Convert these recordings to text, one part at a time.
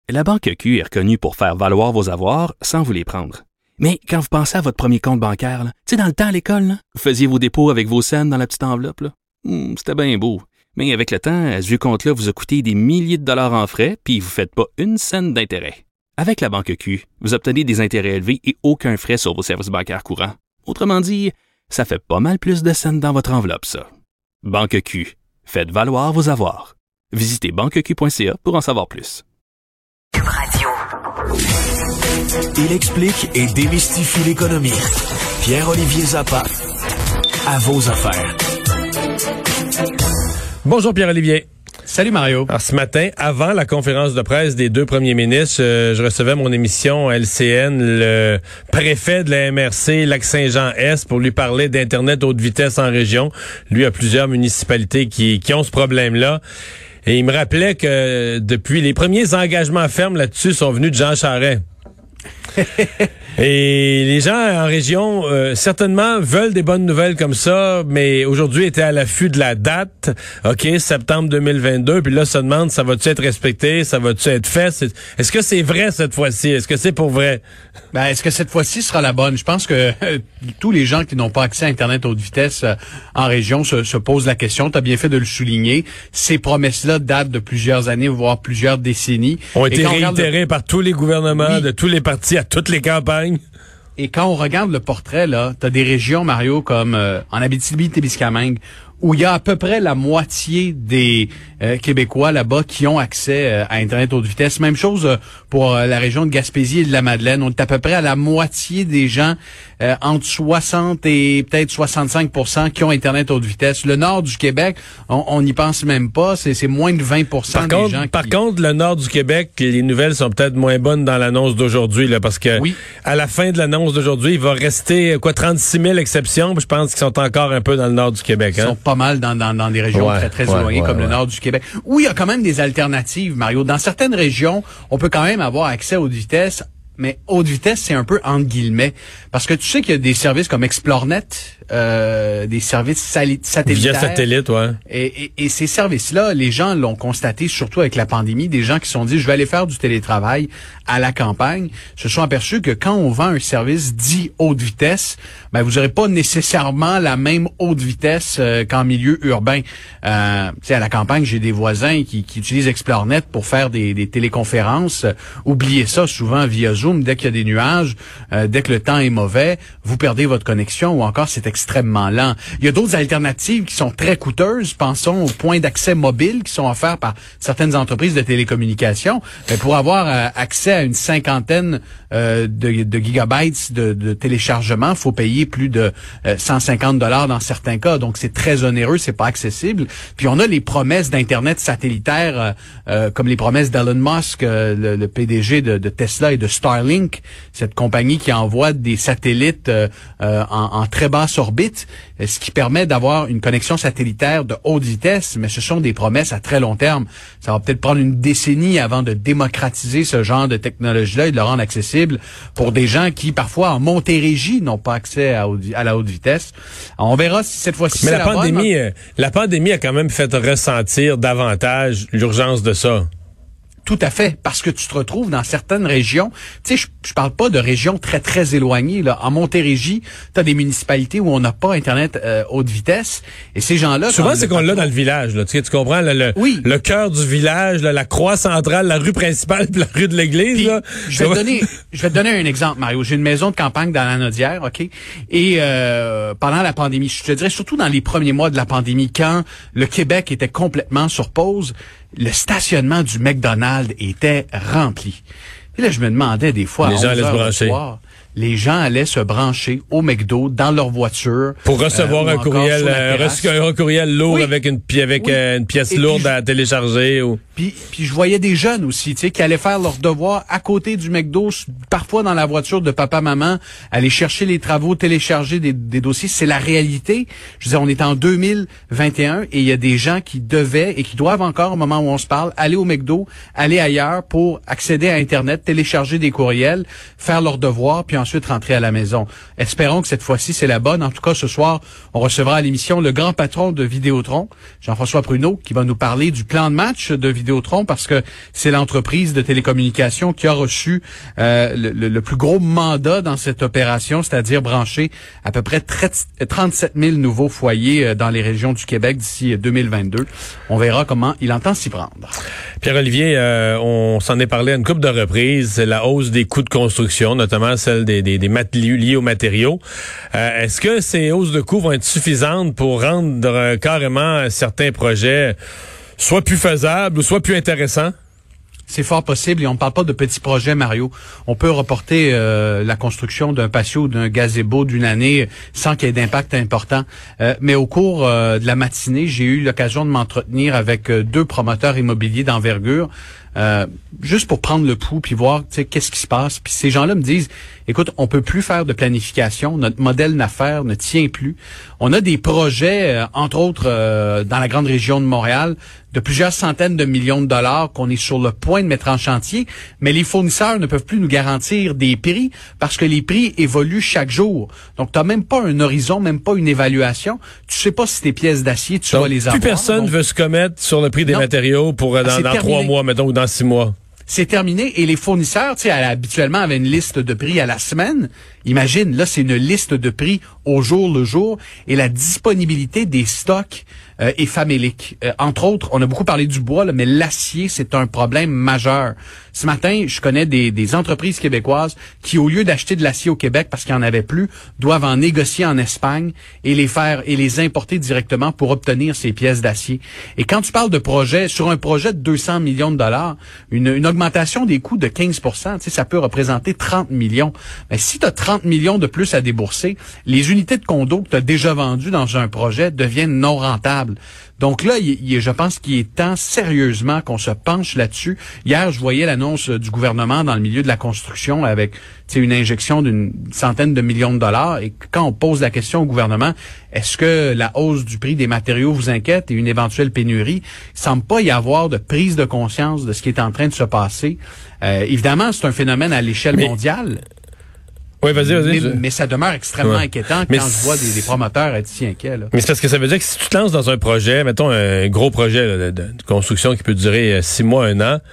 La Banque Q est reconnue pour faire valoir vos avoirs sans vous les prendre. Mais quand vous pensez à votre premier compte bancaire, tu sais, dans le temps à l'école, là, vous faisiez vos dépôts avec vos scènes dans la petite enveloppe. Là. C'était bien beau. Mais avec le temps, ce vieux compte-là vous a coûté des milliers de dollars en frais, puis vous ne faites pas une scène d'intérêt. Avec la Banque Q, vous obtenez des intérêts élevés et aucun frais sur vos services bancaires courants. Autrement dit, ça fait pas mal plus de scènes dans votre enveloppe, ça. Banque Q. Faites valoir vos avoirs. Visitez banqueq.ca pour en savoir plus. Cube Radio. Il explique et démystifie l'économie. Pierre-Olivier Zappa, à vos affaires. Bonjour Pierre-Olivier. Salut Mario. Alors ce matin, avant la conférence de presse des deux premiers ministres, je recevais mon émission LCN, le préfet de la MRC Lac-Saint-Jean-Est, pour lui parler d'Internet haute vitesse en région. Lui a plusieurs municipalités qui ont ce problème-là. Et il me rappelait que depuis les premiers engagements fermes là-dessus sont venus de Jean Charest. Et les gens en région, certainement, veulent des bonnes nouvelles comme ça, mais aujourd'hui étaient à l'affût de la date. OK, septembre 2022, puis là, se demande, ça va-tu être respecté? Ça va-tu être fait? Est-ce que c'est vrai cette fois-ci? Est-ce que c'est pour vrai? Ben, est-ce que cette fois-ci sera la bonne? Je pense que tous les gens qui n'ont pas accès à Internet haute vitesse en région se posent la question. Tu as bien fait de le souligner. Ces promesses-là datent de plusieurs années, voire plusieurs décennies. Ont été réitérées par tous les gouvernements, de tous les partis, à toutes les campagnes. Et quand on regarde le portrait, là, t'as des régions, Mario, comme en Abitibi-Témiscamingue, où il y a à peu près la moitié des Québécois là-bas qui ont accès à Internet haute vitesse. Même chose pour la région de Gaspésie et de la Madeleine. On est à peu près à la moitié des gens, entre 60 et peut-être 65% qui ont Internet haute vitesse. Le nord du Québec, on n'y pense même pas. C'est moins de 20% des gens Par contre, le nord du Québec, les nouvelles sont peut-être moins bonnes dans l'annonce d'aujourd'hui, là, parce que à la fin de l'annonce d'aujourd'hui, il va rester 36 000 exceptions. Je pense qu'ils sont encore un peu dans le nord du Québec. Hein? Ils sont pas mal dans des régions très éloignées comme le nord du Québec. Où il y a quand même des alternatives, Mario. Dans certaines régions, on peut quand même avoir accès à haute vitesse, mais haute vitesse, c'est un peu entre guillemets. Parce que tu sais qu'il y a des services comme ExploreNet, des services satellitaires. Via satellite, ouais. Et ces services-là, les gens l'ont constaté, surtout avec la pandémie, des gens qui se sont dit, je vais aller faire du télétravail à la campagne, se sont aperçus que quand on vend un service dit haute vitesse, ben vous n'aurez pas nécessairement la même haute vitesse qu'en milieu urbain. Tu sais, à la campagne, j'ai des voisins qui utilisent ExploreNet pour faire des téléconférences. Oubliez ça, souvent via Zoom, dès qu'il y a des nuages, dès que le temps est mauvais, vous perdez votre connexion ou encore c'est extrêmement lent. Il y a d'autres alternatives qui sont très coûteuses. Pensons aux points d'accès mobile qui sont offerts par certaines entreprises de télécommunications. Mais pour avoir accès à une cinquantaine de gigabytes de téléchargement, il faut payer plus de 150 $ dans certains cas. Donc c'est très onéreux, c'est pas accessible. Puis on a les promesses d'Internet satellitaire, comme les promesses d'Elon Musk, le PDG de Tesla et de Starlink, cette compagnie qui envoie des satellites en très basse orbite, ce qui permet d'avoir une connexion satellitaire de haute vitesse, mais ce sont des promesses à très long terme. Ça va peut-être prendre une décennie avant de démocratiser ce genre de technologie-là et de le rendre accessible pour des gens qui, parfois, en Montérégie, n'ont pas accès à la haute vitesse. On verra si cette fois-ci mais c'est la pandémie a quand même fait ressentir davantage l'urgence de ça. Tout à fait, parce que tu te retrouves dans certaines régions. Tu sais, je parle pas de régions très, très éloignées. Là. En Montérégie, tu as des municipalités où on n'a pas Internet haute vitesse. Et ces gens-là... Souvent, c'est qu'on l'a dans le village. Là. Tu comprends? Le cœur du village, là, la croix centrale, la rue principale, puis la rue de l'église. Puis, là. Je vais te donner un exemple, Mario. J'ai une maison de campagne dans la Naudière, OK? Et pendant la pandémie, je te dirais surtout dans les premiers mois de la pandémie, quand le Québec était complètement sur pause, le stationnement du McDonald's était rempli. Et là, je me demandais des fois, les gens allaient se brancher. Les gens allaient se brancher au McDo dans leur voiture. Pour recevoir un courriel lourd avec une pièce lourde à télécharger. Puis je voyais des jeunes aussi, tu sais, qui allaient faire leurs devoirs à côté du McDo, parfois dans la voiture de papa-maman, aller chercher les travaux, télécharger des dossiers. C'est la réalité. Je veux dire, on est en 2021 et il y a des gens qui devaient et qui doivent encore, au moment où on se parle, aller au McDo, aller ailleurs pour accéder à Internet, télécharger des courriels, faire leurs devoirs, puis ensuite rentrer à la maison. Espérons que cette fois-ci, c'est la bonne. En tout cas, ce soir, on recevra à l'émission le grand patron de Vidéotron, Jean-François Pruneau, qui va nous parler du plan de match de Vidéotron Vidéotron parce que c'est l'entreprise de télécommunications qui a reçu le plus gros mandat dans cette opération, c'est-à-dire brancher à peu près 37 000 nouveaux foyers dans les régions du Québec d'ici 2022. On verra comment il entend s'y prendre. Pierre-Olivier, on s'en est parlé à une couple de reprises, la hausse des coûts de construction, notamment celle des matériaux liés aux matériaux. Est-ce que ces hausses de coûts vont être suffisantes pour rendre carrément certains projets soit plus faisables ou soit plus intéressants? C'est fort possible et on ne parle pas de petits projets, Mario. On peut reporter la construction d'un patio ou d'un gazebo d'une année sans qu'il y ait d'impact important. Mais au cours de la matinée, j'ai eu l'occasion de m'entretenir avec deux promoteurs immobiliers d'envergure, juste pour prendre le pouls puis voir qu'est-ce qui se passe. Puis ces gens-là me disent, écoute, on peut plus faire de planification, notre modèle d'affaires ne tient plus. On a des projets, entre autres dans la grande région de Montréal, de plusieurs centaines de millions de dollars qu'on est sur le point de mettre en chantier, mais les fournisseurs ne peuvent plus nous garantir des prix parce que les prix évoluent chaque jour. Donc, tu n'as même pas un horizon, même pas une évaluation. Tu sais pas si tes pièces d'acier, tu vas les avoir. Plus personne veut se commettre sur le prix des matériaux pour dans 3 mois, mettons, ou dans 6 mois. C'est terminé. Et les fournisseurs, habituellement, avaient une liste de prix à la semaine. Imagine, là, c'est une liste de prix au jour le jour. Et la disponibilité des stocks est famélique. Entre autres, on a beaucoup parlé du bois, là, mais l'acier, c'est un problème majeur. Ce matin, je connais des entreprises québécoises qui, au lieu d'acheter de l'acier au Québec parce qu'il n'y en avait plus, doivent en négocier en Espagne et les importer directement pour obtenir ces pièces d'acier. Et quand tu parles de projet, sur un projet de 200 millions de dollars, une augmentation des coûts de 15%, ça peut représenter 30 millions. Mais si tu as 30 millions de plus à débourser, les unités de condos que tu as déjà vendues dans un projet deviennent non rentables. Donc là, je pense qu'il est temps sérieusement qu'on se penche là-dessus. Hier, je voyais l'annonce du gouvernement dans le milieu de la construction avec une injection d'une centaine de millions de dollars. Et quand on pose la question au gouvernement, est-ce que la hausse du prix des matériaux vous inquiète et une éventuelle pénurie? Il semble pas y avoir de prise de conscience de ce qui est en train de se passer. Évidemment, c'est un phénomène à l'échelle mondiale. Oui, vas-y. Mais ça demeure extrêmement inquiétant quand je vois des promoteurs être si inquiets. Là. Mais c'est parce que ça veut dire que si tu te lances dans un projet, mettons un gros projet là, de construction qui peut durer 6 mois, 1 an,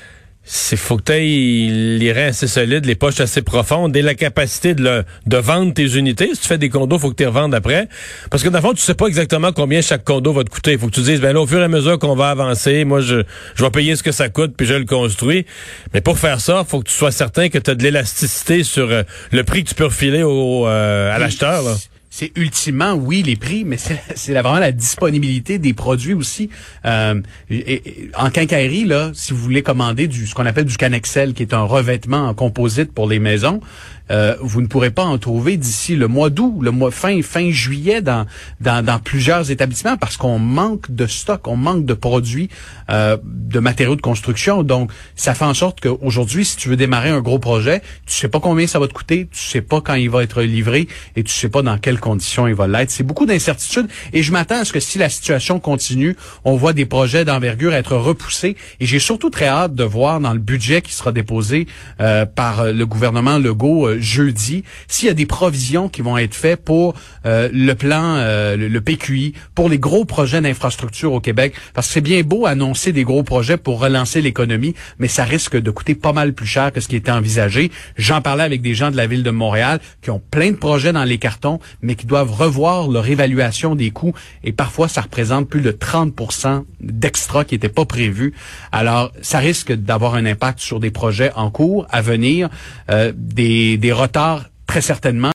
faut que tu aies les reins assez solides, les poches assez profondes et la capacité de vendre tes unités. Si tu fais des condos, faut que tu les revendes après. Parce que dans le fond, tu sais pas exactement combien chaque condo va te coûter. Il faut que tu dises, là, au fur et à mesure qu'on va avancer, moi, je vais payer ce que ça coûte, puis je le construis. Mais pour faire ça, faut que tu sois certain que tu as de l'élasticité sur le prix que tu peux refiler à l'acheteur, là. C'est ultimement, oui, les prix, mais c'est vraiment la disponibilité des produits aussi. En quincaillerie, là, si vous voulez commander ce qu'on appelle du Canexel, qui est un revêtement en composite pour les maisons, vous ne pourrez pas en trouver d'ici le mois d'août, fin juillet dans plusieurs établissements parce qu'on manque de stock, on manque de produits, de matériaux de construction. Donc, ça fait en sorte qu'aujourd'hui, si tu veux démarrer un gros projet, tu sais pas combien ça va te coûter, tu sais pas quand il va être livré et tu sais pas dans quelles conditions il va l'être. C'est beaucoup d'incertitudes et je m'attends à ce que si la situation continue, on voit des projets d'envergure être repoussés et j'ai surtout très hâte de voir dans le budget qui sera déposé par le gouvernement Legault jeudi, s'il y a des provisions qui vont être faites pour le plan, le PQI, pour les gros projets d'infrastructure au Québec, parce que c'est bien beau annoncer des gros projets pour relancer l'économie, mais ça risque de coûter pas mal plus cher que ce qui était envisagé. J'en parlais avec des gens de la ville de Montréal qui ont plein de projets dans les cartons, mais qui doivent revoir leur évaluation des coûts, et parfois ça représente plus de 30% d'extra qui n'étaient pas prévus. Alors, ça risque d'avoir un impact sur des projets en cours, à venir, des retards très certainement.